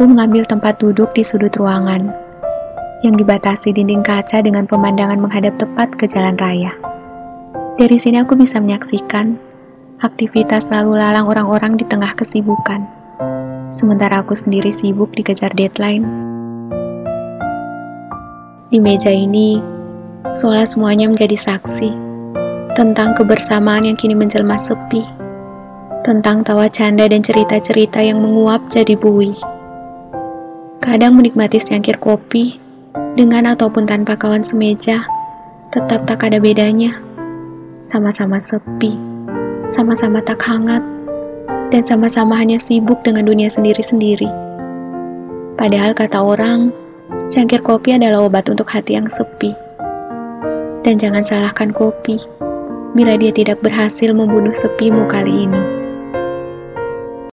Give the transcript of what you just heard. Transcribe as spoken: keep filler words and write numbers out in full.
Aku mengambil tempat duduk di sudut ruangan, yang dibatasi dinding kaca dengan pemandangan menghadap tepat ke jalan raya. Dari sini aku bisa menyaksikan aktivitas lalu lalang orang-orang di tengah kesibukan, sementara aku sendiri sibuk dikejar deadline. Di meja ini, seolah semuanya menjadi saksi tentang kebersamaan yang kini menjelma sepi, tentang tawa canda dan cerita-cerita yang menguap jadi buih. Kadang menikmati secangkir kopi, dengan ataupun tanpa kawan semeja, tetap tak ada bedanya. Sama-sama sepi, sama-sama tak hangat, dan sama-sama hanya sibuk dengan dunia sendiri-sendiri. Padahal kata orang, secangkir kopi adalah obat untuk hati yang sepi. Dan jangan salahkan kopi, bila dia tidak berhasil membunuh sepimu kali ini.